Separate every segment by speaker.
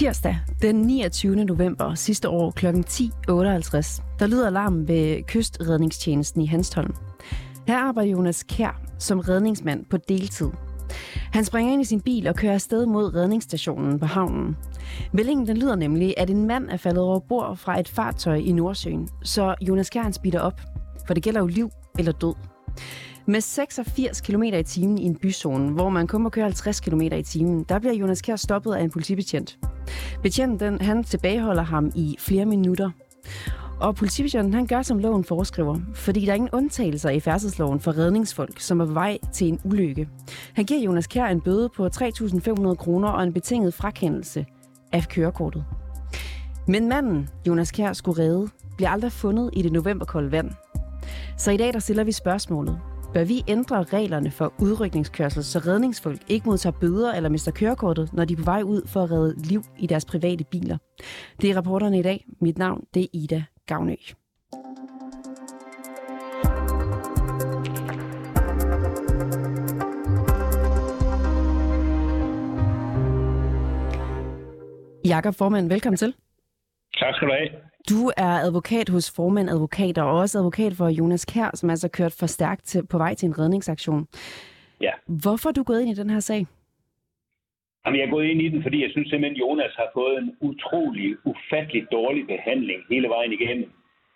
Speaker 1: Tirsdag den 29. november sidste år kl. 10.58, der lyder alarmen ved kystredningstjenesten i Hanstholm. Her arbejder Jonas Kjær som redningsmand på deltid. Han springer ind i sin bil og kører afsted mod redningsstationen på havnen. Meldingen den lyder nemlig, at en mand er faldet over bord fra et fartøj i Nordsøen, så Jonas Kjær speeder op, for det gælder jo liv eller død. Med 86 km i timen i en byzone, hvor man kun må køre 50 km i timen, der bliver Jonas Kjær stoppet af en politibetjent. Betjenten han tilbageholder ham i flere minutter. Og politibetjenten han gør, som loven foreskriver, fordi der er ingen undtagelser i færdselsloven for redningsfolk, som er på vej til en ulykke. Han giver Jonas Kjær en bøde på 3.500 kroner og en betinget frakendelse af kørekortet. Men manden, Jonas Kjær skulle redde, bliver aldrig fundet i det novemberkolde vand. Så i dag der stiller vi spørgsmålet. Bør vi ændre reglerne for udrykningskørsel, så redningsfolk ikke modtager bøder eller mister kørekortet, når de er på vej ud for at redde liv i deres private biler? Det er reporterne i dag. Mit navn det er Ida Gavnø. Jakob Formand, velkommen til.
Speaker 2: Tak skal du have.
Speaker 1: Du er advokat hos Formand Advokater og også advokat for Jonas Kjær, som altså kørt for stærkt på vej til en redningsaktion.
Speaker 2: Ja.
Speaker 1: Hvorfor er du gået ind i den her sag?
Speaker 2: Jamen, jeg er gået ind i den, fordi jeg synes simpelthen, at Jonas har fået en utrolig, ufattelig dårlig behandling hele vejen igennem.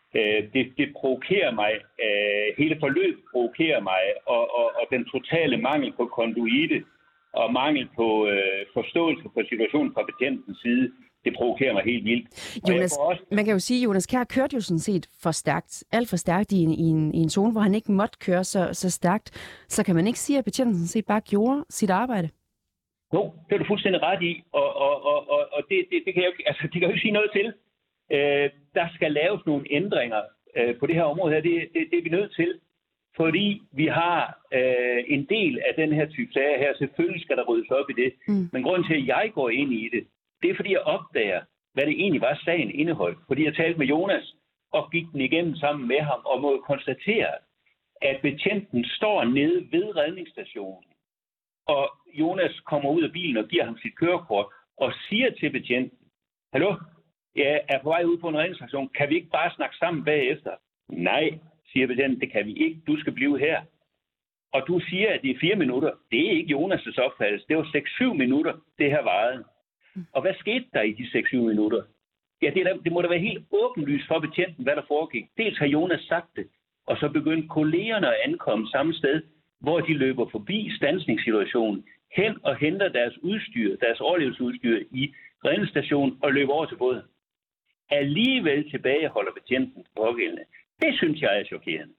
Speaker 2: Det provokerer mig. Hele forløbet provokerer mig, og den totale mangel på konduite og mangel på forståelse for situationen fra betjentens side, det provokerer mig helt vildt.
Speaker 1: Jonas, man kan jo sige, at Jonas Kjær kørte jo sådan set for stærkt, alt for stærkt i en zone, hvor han ikke måtte køre så stærkt. Så kan man ikke sige, at betjenten sådan set bare gjorde sit arbejde?
Speaker 2: Jo, det er du fuldstændig ret i, og det kan jeg jo, altså, det kan jeg jo ikke sige noget til. Der skal laves nogle ændringer på det her område her, det er vi nødt til. Fordi vi har en del af den her type sager her, selvfølgelig skal der ryddes op i det. Men grunden til, at jeg går ind i det, det er fordi, jeg opdager, hvad det egentlig var, sagen indeholdt. Fordi jeg talte med Jonas og gik den igennem sammen med ham og må konstatere, at betjenten står nede ved redningsstationen. Og Jonas kommer ud af bilen og giver ham sit kørekort og siger til betjenten, hallo, jeg er på vej ud på en redningsstation. Kan vi ikke bare snakke sammen bagefter? Nej, siger betjenten, det kan vi ikke. Du skal blive her. Og du siger, at det er 4 minutter. Det er ikke Jonas' opfattelse. Det var 6-7 minutter, det her varede. Og hvad skete der i de 6-7 minutter? Ja, det må da være helt åbenlyst for betjenten, hvad der foregik. Dels har Jonas sagt det, og så begyndte kollegerne at ankomme samme sted, hvor de løber forbi standsningssituationen, hen og henter deres udstyr, deres overlevelsesudstyr i redningsstationen og løber over til båden. Alligevel tilbageholder betjenten pågældende. Det synes jeg er chokerende.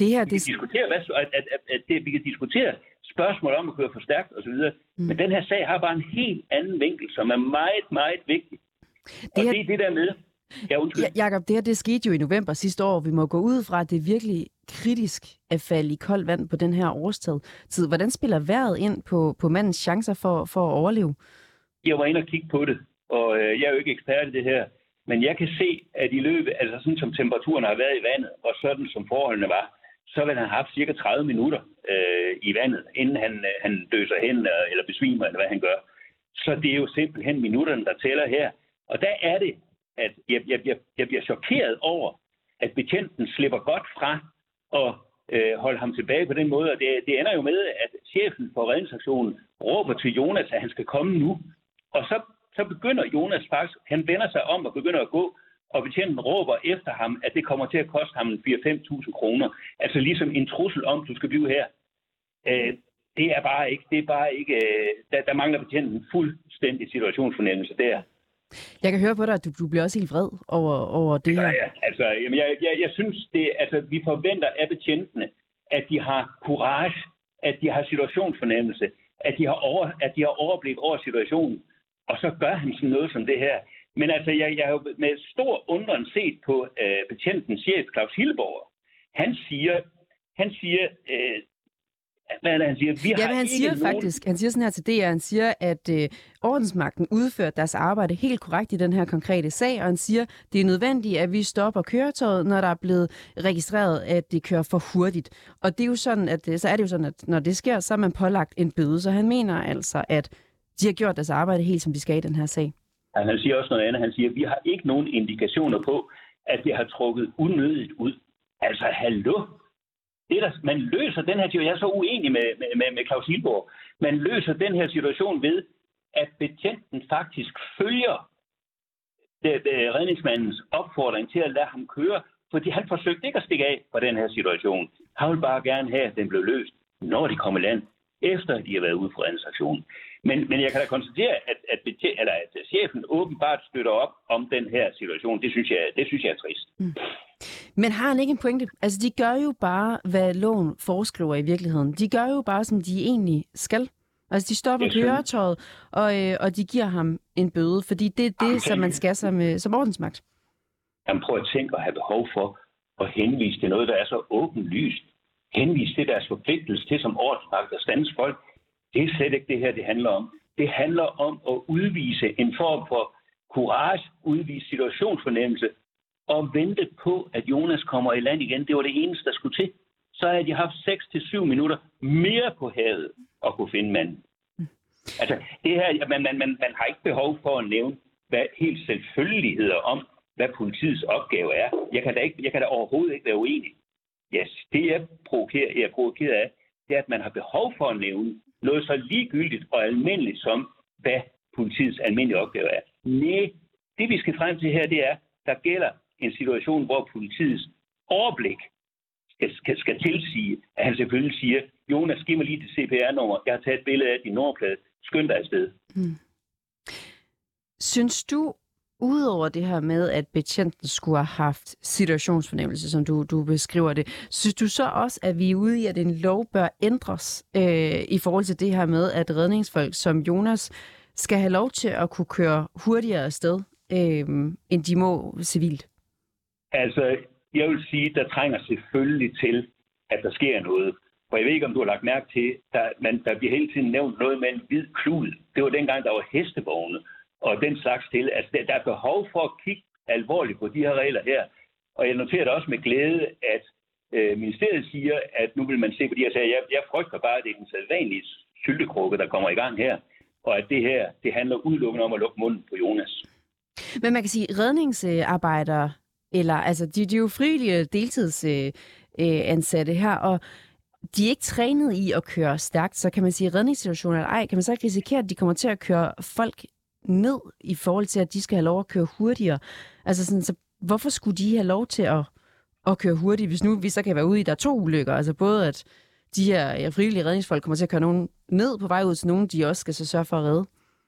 Speaker 2: Vi kan diskutere spørgsmål om at køre for stærkt osv., men den her sag har bare en helt anden vinkel, som er meget, meget vigtig. Det er det der med.
Speaker 1: Jakob, det skete jo i november sidste år. Vi må gå ud fra, at det er virkelig kritisk at falde i koldt vand på den her årstid. Hvordan spiller vejret ind på mandens chancer for at overleve?
Speaker 2: Jeg var inde og kigge på det, og jeg er jo ikke ekspert i det her, men jeg kan se, at i løbet, altså sådan som temperaturen har været i vandet, og sådan som forholdene var, så vil han have haft cirka 30 minutter i vandet, inden han døser hen eller besvimer, eller hvad han gør. Så det er jo simpelthen minutterne, der tæller her. Og der er det, at jeg bliver chokeret over, at betjenten slipper godt fra at holde ham tilbage på den måde. Og det ender jo med, at chefen for redningsaktionen råber til Jonas, at han skal komme nu. Og så begynder Jonas faktisk, han vender sig om og begynder at gå, og betjenten råber efter ham, at det kommer til at koste ham 4-5.000 kroner. Altså ligesom en trussel om, du skal blive her. Det er bare ikke, der mangler betjenten fuldstændig situationsfornemmelse der.
Speaker 1: Jeg kan høre på dig, at du bliver også helt vred over det her.
Speaker 2: Ja, altså, jeg synes, vi forventer af betjentene, at de har courage, at de har situationsfornemmelse, at de har overblik over situationen, og så gør han sådan noget som det her. Men altså, jeg har jo med stor undren set på betjentens chef, Claus Hilleborg. Han siger, hvad er det, han siger?
Speaker 1: Han siger sådan her til DR, han siger, at ordensmagten udfører deres arbejde helt korrekt i den her konkrete sag, og han siger, det er nødvendigt, at vi stopper køretøjet, når der er blevet registreret, at det kører for hurtigt. Og det er jo sådan, at når det sker, så er man pålagt en bøde. Så han mener altså, at de har gjort deres arbejde helt som de skal i den her sag.
Speaker 2: Han siger også noget andet. Han siger, at vi har ikke nogen indikationer på, at det har trukket unødigt ud. Altså, hallo? Man løser den her situation. Jeg er så uenig med Claus Hilborg. Man løser den her situation ved, at betjenten faktisk følger redningsmandens opfordring til at lade ham køre, fordi han forsøgte ikke at stikke af fra den her situation. Han vil bare gerne have, at den blev løst, når de kom i land, efter de har været ude for redningsaktionen. Men jeg kan da konstatere, at chefen åbenbart støtter op om den her situation. Det synes jeg er trist. Mm.
Speaker 1: Men har han ikke en pointe? Altså, de gør jo bare, hvad loven foreskriver i virkeligheden. De gør jo bare, som de egentlig skal. Altså, de stopper køretøjet, og de giver ham en bøde, fordi det er det, som man skal som ordensmagt.
Speaker 2: Jamen, prøv at tænke at have behov for at henvise til noget, der er så åbenlyst. Henvise til deres forpligtelse til som ordensmagt at stands folk. Det er slet ikke det her, det handler om. Det handler om at udvise en form for courage, udvise situationsfornemmelse og vente på, at Jonas kommer i land igen. Det var det eneste, der skulle til. Så havde de haft 6-7 minutter mere på havet at kunne finde manden. Altså, det her, man har ikke behov for at nævne hvad helt selvfølgeligheder om, hvad politiets opgave er. Jeg kan da overhovedet ikke være uenig. Yes, det jeg er provokeret af, det er, at man har behov for at nævne noget så ligegyldigt og almindeligt som, hvad politiets almindelige opgave er. Nej, det vi skal frem til her, det er, der gælder en situation, hvor politiets overblik skal tilsige, at han selvfølgelig siger, Jonas, giv mig lige det CPR-nummer, jeg har taget et billede af din nummerplade, skynd dig afsted.
Speaker 1: Synes du, udover det her med, at betjenten skulle have haft situationsfornemmelse, som du beskriver det, synes du så også, at vi er ude i, at en lov bør ændres i forhold til det her med, at redningsfolk som Jonas skal have lov til at kunne køre hurtigere afsted, end de må civilt?
Speaker 2: Altså, jeg vil sige, der trænger selvfølgelig til, at der sker noget. For jeg ved ikke, om du har lagt mærke til, der bliver hele tiden nævnt noget med en hvid klud. Det var dengang, der var hestevogne og den slags til. Altså, der er behov for at kigge alvorligt på de her regler her. Og jeg noterer også med glæde, at ministeriet siger, at nu vil man se på de her sager. Jeg frygter bare, at det er den sædvanlige syltekrukke, der kommer i gang her. Og at det her, det handler udelukkende om at lukke munden på Jonas.
Speaker 1: Men man kan sige, redningsarbejdere, eller altså, de er jo frivillige deltidsansatte her, og de er ikke trænet i at køre stærkt, så kan man sige, redningssituationer eller ej, kan man så ikke risikere, at de kommer til at køre folk ned i forhold til, at de skal have lov at køre hurtigere? Altså sådan, så hvorfor skulle de have lov til at køre hurtigt, hvis nu vi så kan være ude i, der er 2 ulykker? Altså både, at de her frivillige redningsfolk kommer til at køre nogen ned på vej ud til nogen, de også skal så sørge for at redde.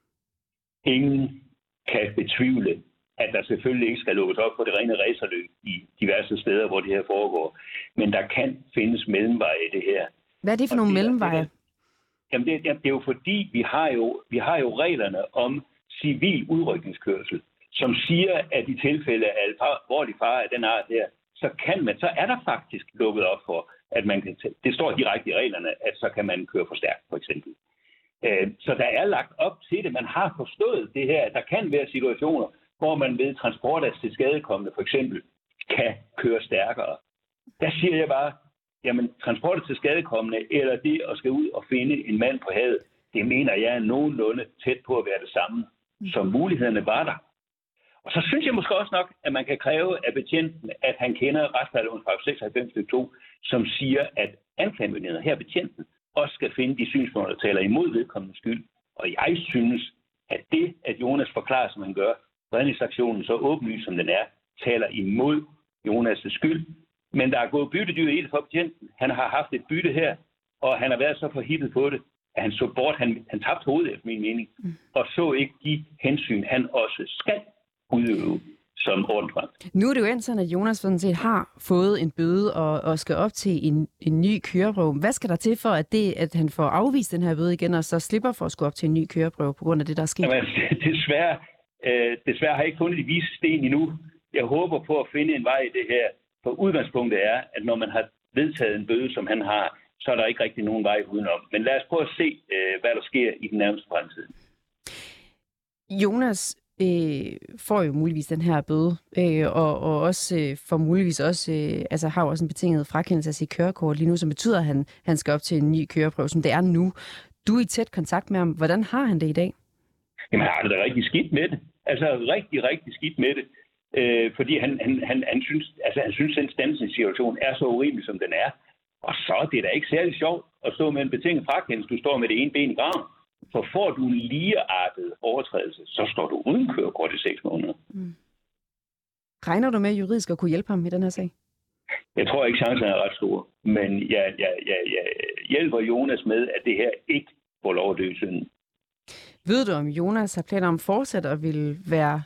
Speaker 2: Ingen kan betvivle, at der selvfølgelig ikke skal lukkes op på det rene racerløb i diverse steder, hvor det her foregår. Men der kan findes mellemveje i det her.
Speaker 1: Hvad er det for nogle mellemveje?
Speaker 2: Jamen det er jo fordi, vi har jo reglerne om civil udrykningskørsel, som siger, at i tilfælde af alvorlig fare af den art her, så er der faktisk lukket op for, at man kan, det står direkte i reglerne, at så kan man køre for stærkt, for eksempel. Så der er lagt op til det. Man har forstået det her, at der kan være situationer, hvor man ved transport af tilskadekommende for eksempel kan køre stærkere. Der siger jeg bare, jamen transport af tilskadekommende eller det at skal ud og finde en mand på havet, det mener jeg er nogenlunde tæt på at være det samme, som mulighederne var der. Og så synes jeg måske også nok, at man kan kræve af betjenten, at han kender retsplejelovens paragraf 96 stykke 2, som siger, at anklagemyndigheden her betjenten også skal finde de synspunkter, der taler imod vedkommende skyld. Og jeg synes, at det, at Jonas forklarer, som han gør, redningsaktionen så åbenlyst, som den er, taler imod Jonas' skyld. Men der er gået byttedyr i det for betjenten. Han har haft et bytte her, og han har været så forhippet på det, at han så bort. Han tabte hovedet, efter min mening, og så ikke de hensyn, han også skal udøve som ordensmagt.
Speaker 1: Nu er det jo endt sådan, at Jonas sådan set har fået en bøde og skal op til en ny køreprøve. Hvad skal der til for, at han får afvist den her bøde igen, og så slipper for at skulle op til en ny køreprøve på grund af det, der er sket?
Speaker 2: Jamen, desværre har jeg ikke fundet de vise sten endnu. Jeg håber på at finde en vej i det her. For udgangspunktet er, at når man har vedtaget en bøde, som han har, så er der ikke rigtig nogen vej udenom. Men lad os prøve at se, hvad der sker i den nærmeste fremtid.
Speaker 1: Jonas får jo muligvis den her bøde, og også får muligvis også, har jo også en betinget frakendelse af sit kørekort lige nu, som betyder, at han skal op til en ny køreprøve, som det er nu. Du er i tæt kontakt med ham. Hvordan har han det i dag?
Speaker 2: Jamen, han har det da rigtig skidt med det. Altså rigtig, rigtig skidt med det. Fordi han synes, den standsende situation er så urimelig, som den er. Og så er det da ikke særlig sjovt at stå med en betinget frakendelse. Du står med det ene ben i graven. For får du en ligeartet overtrædelse, så står du uden kørekort i 6 måneder.
Speaker 1: Mm. Regner du med juridisk at kunne hjælpe ham i den her sag?
Speaker 2: Jeg tror ikke, chancerne er ret store. Men jeg hjælper Jonas med, at det her ikke får lov at dø i synden.
Speaker 1: Ved du, om Jonas har planer om fortsat at ville være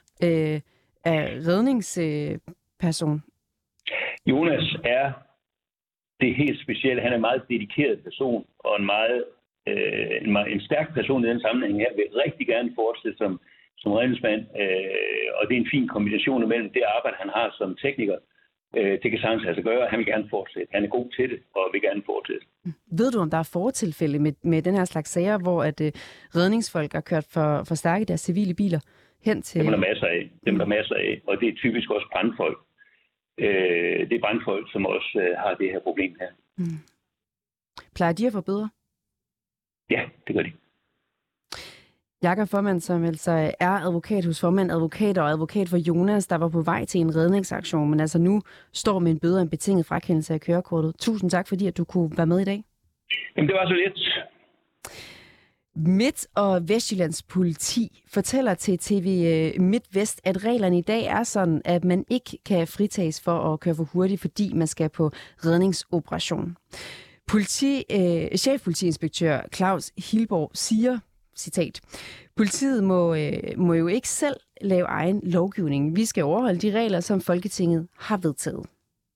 Speaker 1: redningsperson?
Speaker 2: Jonas er det helt specielle. Han er en meget dedikeret person, og en stærk person i den sammenhæng her. Vil rigtig gerne fortsætte som redningsmand. Og det er en fin kombination mellem det arbejde, han har som tekniker. Det kan sagtens altså gøre, han vil gerne fortsætte. Han er god til det, og vil gerne fortsætte.
Speaker 1: Ved du, om der er fortilfælde med den her slags sager, hvor at redningsfolk har kørt for stærke deres civile biler hen til...
Speaker 2: Dem er der masser af. Og det er typisk også brandfolk. Det er brandfolk, som også har det her problem her. Mm.
Speaker 1: Plejer de at få bøder?
Speaker 2: Ja, det gør de.
Speaker 1: Jakob Forman, som altså er advokat hos Forman Advokater og advokat for Jonas, der var på vej til en redningsaktion, men altså nu står med en bøde og en betinget frakendelse af kørekortet. Tusind tak, fordi at du kunne være med i dag.
Speaker 2: Jamen, det var så lidt.
Speaker 1: Midt- og Vestjyllands politi fortæller til TV MidtVest, at reglerne i dag er sådan, at man ikke kan fritages for at køre for hurtigt, fordi man skal på redningsoperation. Chefpolitiinspektør Claus Hilborg siger, citat, politiet må jo ikke selv lave egen lovgivning. Vi skal overholde de regler, som Folketinget har vedtaget.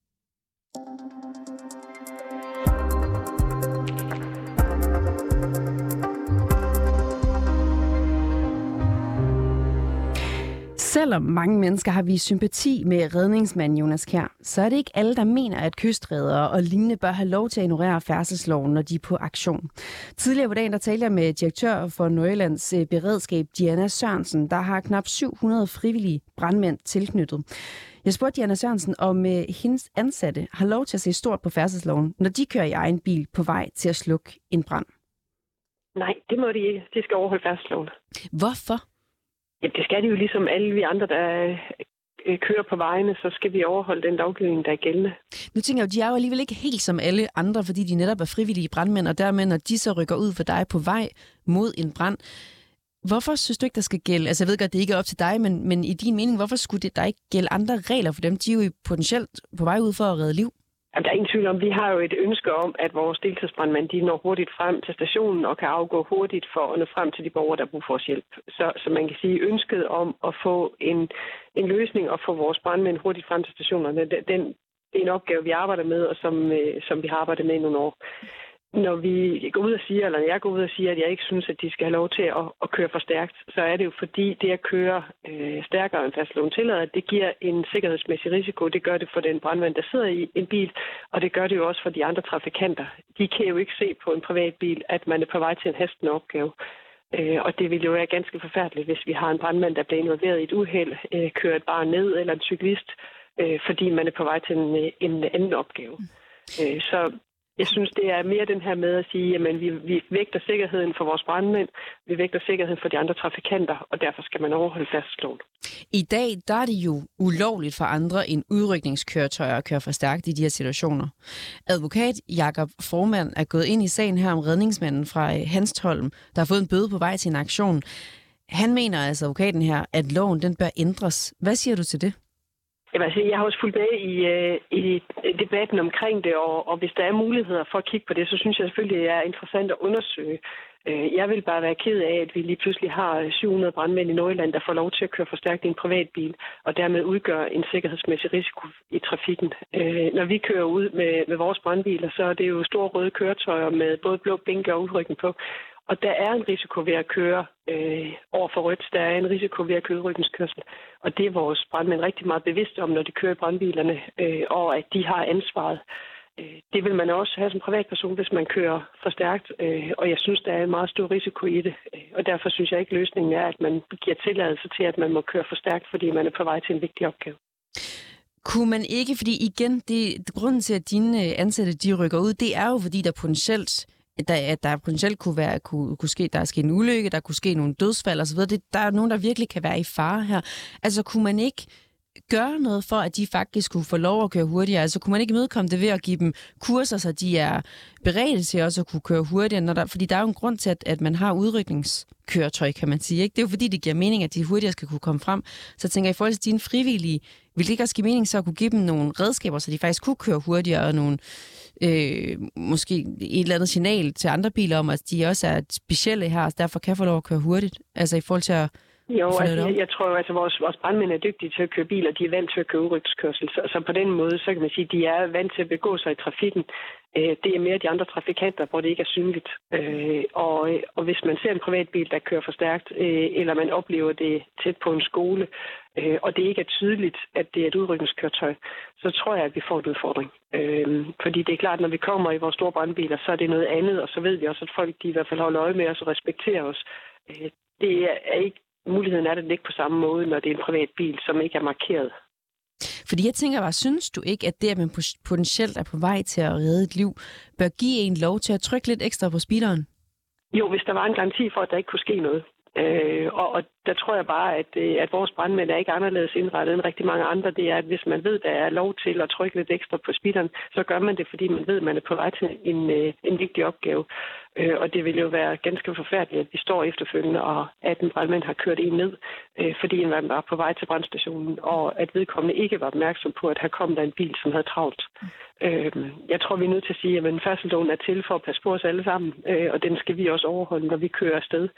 Speaker 1: Selvom mange mennesker har vist sympati med redningsmanden Jonas Kjær, så er det ikke alle, der mener, at kystredere og lignende bør have lov til at ignorere færdselsloven, når de er på aktion. Tidligere på dagen, der talte jeg med direktør for Nordjyllands beredskab, Diana Sørensen, der har knap 700 frivillige brandmænd tilknyttet. Jeg spurgte Diana Sørensen, om hendes ansatte har lov til at se stort på færdselsloven, når de kører i egen bil på vej til at slukke en brand.
Speaker 3: Nej, det må de ikke. De skal overholde færdselsloven.
Speaker 1: Hvorfor?
Speaker 3: Ja, det skal de jo ligesom alle vi andre, der kører på vejene, så skal vi overholde den lovgivning, der er gældende.
Speaker 1: Nu tænker jeg jo, de er jo alligevel ikke helt som alle andre, fordi de netop er frivillige brandmænd, og dermed, når de så rykker ud for dig på vej mod en brand. Hvorfor synes du ikke, der skal gælde? Altså, jeg ved godt, det ikke er op til dig, men i din mening, hvorfor skulle der ikke gælde andre regler for dem? De er jo potentielt på vej ud for at redde liv.
Speaker 3: Jamen, der er ingen tvivl om, vi har jo et ønske om, at vores deltidsbrandmænd, de når hurtigt frem til stationen og kan afgå hurtigt for at nå frem til de borgere, der har brug for vores hjælp. Så man kan sige, ønsket om at få en løsning og få vores brandmænd hurtigt frem til stationerne, det er en opgave, vi arbejder med, og som vi har arbejdet med i nogle år. Når vi går ud og siger, eller jeg går ud og siger, at jeg ikke synes, at de skal have lov til at køre for stærkt, så er det jo fordi, det at køre stærkere end færdselsloven tillader, det giver en sikkerhedsmæssig risiko. Det gør det for den brandmand, der sidder i en bil, og det gør det jo også for de andre trafikanter. De kan jo ikke se på en privat bil, at man er på vej til en hastende opgave. Og det vil jo være ganske forfærdeligt, hvis vi har en brandmand, der bliver involveret i et uheld, kører et barn ned, eller en cyklist, fordi man er på vej til en anden opgave. Så jeg synes, det er mere den her med at sige, at vi vægter sikkerheden for vores brandmænd, vi vægter sikkerheden for de andre trafikanter, og derfor skal man overholde færdselsloven.
Speaker 1: I dag der er det jo ulovligt for andre end udrykningskøretøjer at køre for stærkt i de her situationer. Advokat Jakob Forman er gået ind i sagen her om redningsmanden fra Hanstholm, der har fået en bøde på vej til en aktion. Han mener altså, advokaten her, at loven den bør ændres. Hvad siger du til det?
Speaker 3: Jeg har også fulgt med i debatten omkring det, og hvis der er muligheder for at kigge på det, så synes jeg selvfølgelig, det er interessant at undersøge. Jeg vil bare være ked af, at vi lige pludselig har 700 brandmænd i Nordjylland, der får lov til at køre for stærkt i en privatbil, og dermed udgør en sikkerhedsmæssig risiko i trafikken. Når vi kører ud med vores brandbiler, så er det jo store røde køretøjer med både blå blinker og udrykning på. Og der er en risiko ved at køre over for rødt. Der er en risiko ved at køre udrykningskørsel. Og det er vores brandmænd rigtig meget bevidste om, når de kører i brandbilerne, og at de har ansvaret. Det vil man også have som privatperson, hvis man kører for stærkt. Og jeg synes, der er en meget stor risiko i det. Og derfor synes jeg ikke, løsningen er, at man giver tilladelse til, at man må køre for stærkt, fordi man er på vej til en vigtig opgave.
Speaker 1: Kunne man ikke, fordi igen, grunden til, at dine ansatte de rykker ud, det er jo, fordi der potentielt at der potentielt kunne ske, der er sket en ulykke, der kunne ske nogle dødsfald osv. Der er nogen, der virkelig kan være i fare her. Altså kunne man ikke gøre noget for, at de faktisk kunne få lov at køre hurtigere? Altså kunne man ikke imødekomme det ved at give dem kurser, så de er beredte til også at kunne køre hurtigere? Fordi der er jo en grund til, at man har udrykningskøretøj, kan man sige. Ikke? Det er jo fordi, det giver mening, at de hurtigere skal kunne komme frem. Så jeg tænker, i forhold til dine frivillige, vil det ikke også give mening så at kunne give dem nogle redskaber, så de faktisk kunne køre hurtigere, og nogle måske et eller andet signal til andre biler om, at de også er specielle her, og derfor kan få lov at køre hurtigt? Altså i forhold til at
Speaker 3: Jo, altså, jeg tror at vores brandmænd er dygtige til at køre biler, de er vant til at køre udrykningskørsel. Så på den måde, så kan man sige, at de er vant til at begå sig i trafikken. Det er mere de andre trafikanter, hvor det ikke er synligt. Og hvis man ser en privatbil, der kører for stærkt, eller man oplever det tæt på en skole, og det ikke er tydeligt, at det er et udrykningskøretøj, så tror jeg, at vi får en udfordring. Fordi det er klart, når vi kommer i vores store brandbiler, så er det noget andet, og så ved vi også, at folk de i hvert fald holder øje med os og respekterer os. Det er ikke muligheden er det ikke på samme måde, når det er en privat bil, som ikke er markeret.
Speaker 1: Fordi jeg tænker bare, synes du ikke, at det, at man potentielt er på vej til at redde et liv, bør give en lov til at trykke lidt ekstra på speederen?
Speaker 3: Jo, hvis der var en garanti for, at der ikke kunne ske noget. Og der tror jeg bare, at vores brandmænd er ikke anderledes indrettet end rigtig mange andre. Det er, at hvis man ved, der er lov til at trykke lidt ekstra på speederen, så gør man det, fordi man ved, at man er på vej til en vigtig opgave. Og det vil jo være ganske forfærdeligt, at vi står efterfølgende, og at en brandmand har kørt en ned, fordi man var på vej til brandstationen, og at vedkommende ikke var opmærksom på, at her kom der en bil, som havde travlt. Jeg tror, vi er nødt til at sige, at færdselsloven er til for at passe på os alle sammen, og den skal vi også overholde, når vi kører afsted.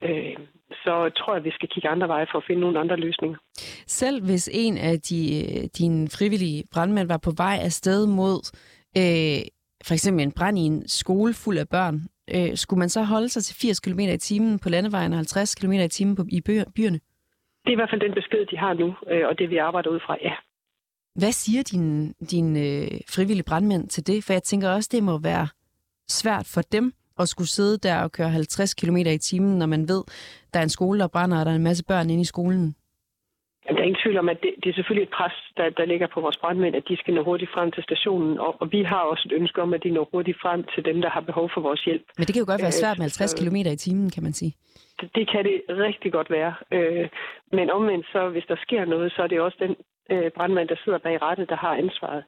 Speaker 3: Så tror jeg, at vi skal kigge andre veje for at finde nogle andre løsninger.
Speaker 1: Selv hvis en af dine frivillige brandmænd var på vej afsted mod for eksempel en brand i en skole fuld af børn, skulle man så holde sig til 80 km i timen på landevejen og 50 km i timen i byerne? Det
Speaker 3: er i hvert fald den besked, de har nu, og det vi arbejder ud fra, ja.
Speaker 1: Hvad siger dine frivillige brandmænd til det? For jeg tænker også, det må være svært for dem at skulle sidde der og køre 50 km i timen, når man ved, der er en skole, der brænder, og der er en masse børn inde i skolen.
Speaker 3: Jamen, der er ingen tvivl om, at det er selvfølgelig et pres, der ligger på vores brandmænd, at de skal nå hurtigt frem til stationen. Og vi har også et ønske om, at de når hurtigt frem til dem, der har behov for vores hjælp.
Speaker 1: Men det kan jo godt være svært med 50 km i timen, kan man sige.
Speaker 3: Det kan det rigtig godt være. Men omvendt, så hvis der sker noget, så er det også den brandmand, der sidder bag rattet, der har ansvaret.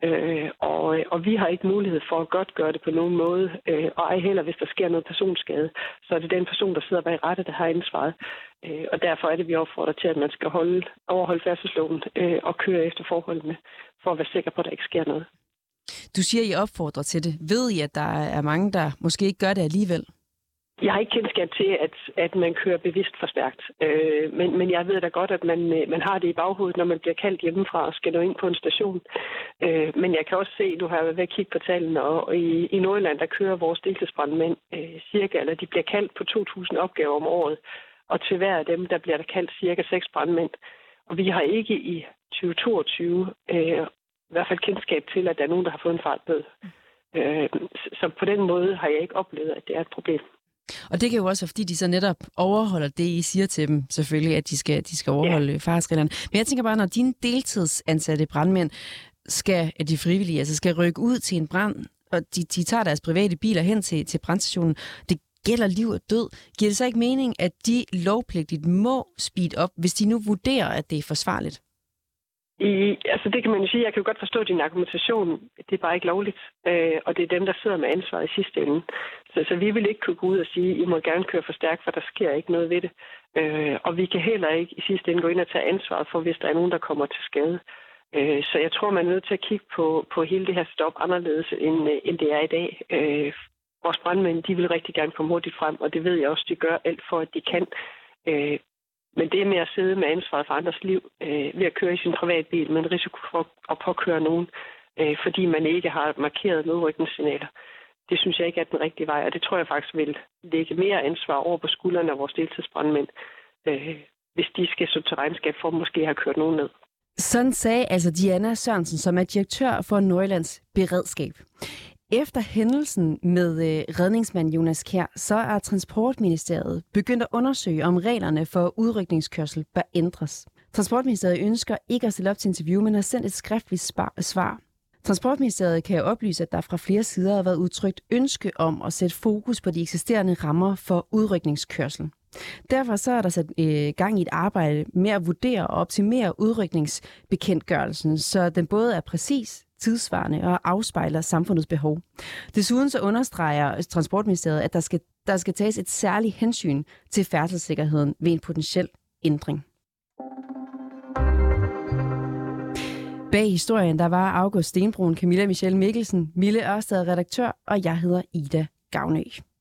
Speaker 3: Og vi har ikke mulighed for at godt gøre det på nogen måde, og ej heller, hvis der sker noget personskade, så er det den person, der sidder bag rattet, der har ansvaret. Og derfor er det, vi opfordrer til, at man skal overholde færdselsloven og køre efter forholdene, for at være sikker på, at der ikke sker noget.
Speaker 1: Du siger, I opfordrer til det. Ved I, at der er mange, der måske ikke gør det alligevel?
Speaker 3: Jeg har ikke kendskab til, at man kører bevidst for stærkt. Men jeg ved da godt, at man har det i baghovedet, når man bliver kaldt hjemmefra og skal nå ind på en station. Men jeg kan også se, du har været ved at kigge på tallene, og i Nordjylland, der kører vores deltidsbrandmænd cirka, eller de bliver kaldt på 2.000 opgaver om året. Og til hver af dem, der bliver der kaldt cirka 6 brandmænd. Og vi har ikke i 2022 i hvert fald kendskab til, at der er nogen, der har fået en fartbøde. Så på den måde har jeg ikke oplevet, at det er et problem.
Speaker 1: Og det kan jo også være, fordi de så netop overholder det, I siger til dem, selvfølgelig, at de skal overholde fartsreglerne. Men jeg tænker bare, når dine deltidsansatte brandmænd de frivillige, skal rykke ud til en brand, og de tager deres private biler hen til brandstationen, det gælder liv og død. Giver det så ikke mening, at de lovpligtigt må speed op, hvis de nu vurderer, at det er forsvarligt?
Speaker 3: Altså det kan man jo sige, jeg kan jo godt forstå din argumentation, det er bare ikke lovligt, og det er dem, der sidder med ansvaret i sidste ende. Så vi vil ikke kunne gå ud og sige, I må gerne køre for stærkt, for der sker ikke noget ved det. Og vi kan heller ikke i sidste ende gå ind og tage ansvaret for, hvis der er nogen, der kommer til skade. Så jeg tror, man er nødt til at kigge på hele det her stop anderledes, end det er i dag. Vores brandmænd, de vil rigtig gerne komme hurtigt frem, og det ved jeg også, de gør alt for, at de kan. Men det med at sidde med ansvaret for andres liv ved at køre i sin privatbil med en risiko for at påkøre nogen, fordi man ikke har markeret nødrykningssignaler, det synes jeg ikke er den rigtige vej. Og det tror jeg faktisk vil lægge mere ansvar over på skuldrene af vores deltidsbrandmænd, hvis de skal stå til regnskab for at måske have kørt nogen ned.
Speaker 1: Sådan sagde altså Diana Sørensen, som er direktør for Nordjyllands Beredskab. Efter hændelsen med redningsmand Jonas Kjær, så er Transportministeriet begyndt at undersøge, om reglerne for udrykningskørsel bør ændres. Transportministeriet ønsker ikke at stille op til interview, men har sendt et skriftligt svar. Transportministeriet kan oplyse, at der fra flere sider har været udtrykt ønske om at sætte fokus på de eksisterende rammer for udrykningskørsel. Derfor så er der sat gang i et arbejde med at vurdere og optimere udrykningsbekendtgørelsen, så den både er præcis, tidsvarende og afspejler samfundets behov. Desuden så understreger Transportministeriet, at der skal tages et særligt hensyn til færdselssikkerheden ved en potentiel ændring. Bag historien, der var August Stenbrun, Camilla Michelle Mikkelsen, Mille Ørsted redaktør, og jeg hedder Ida Gavnø.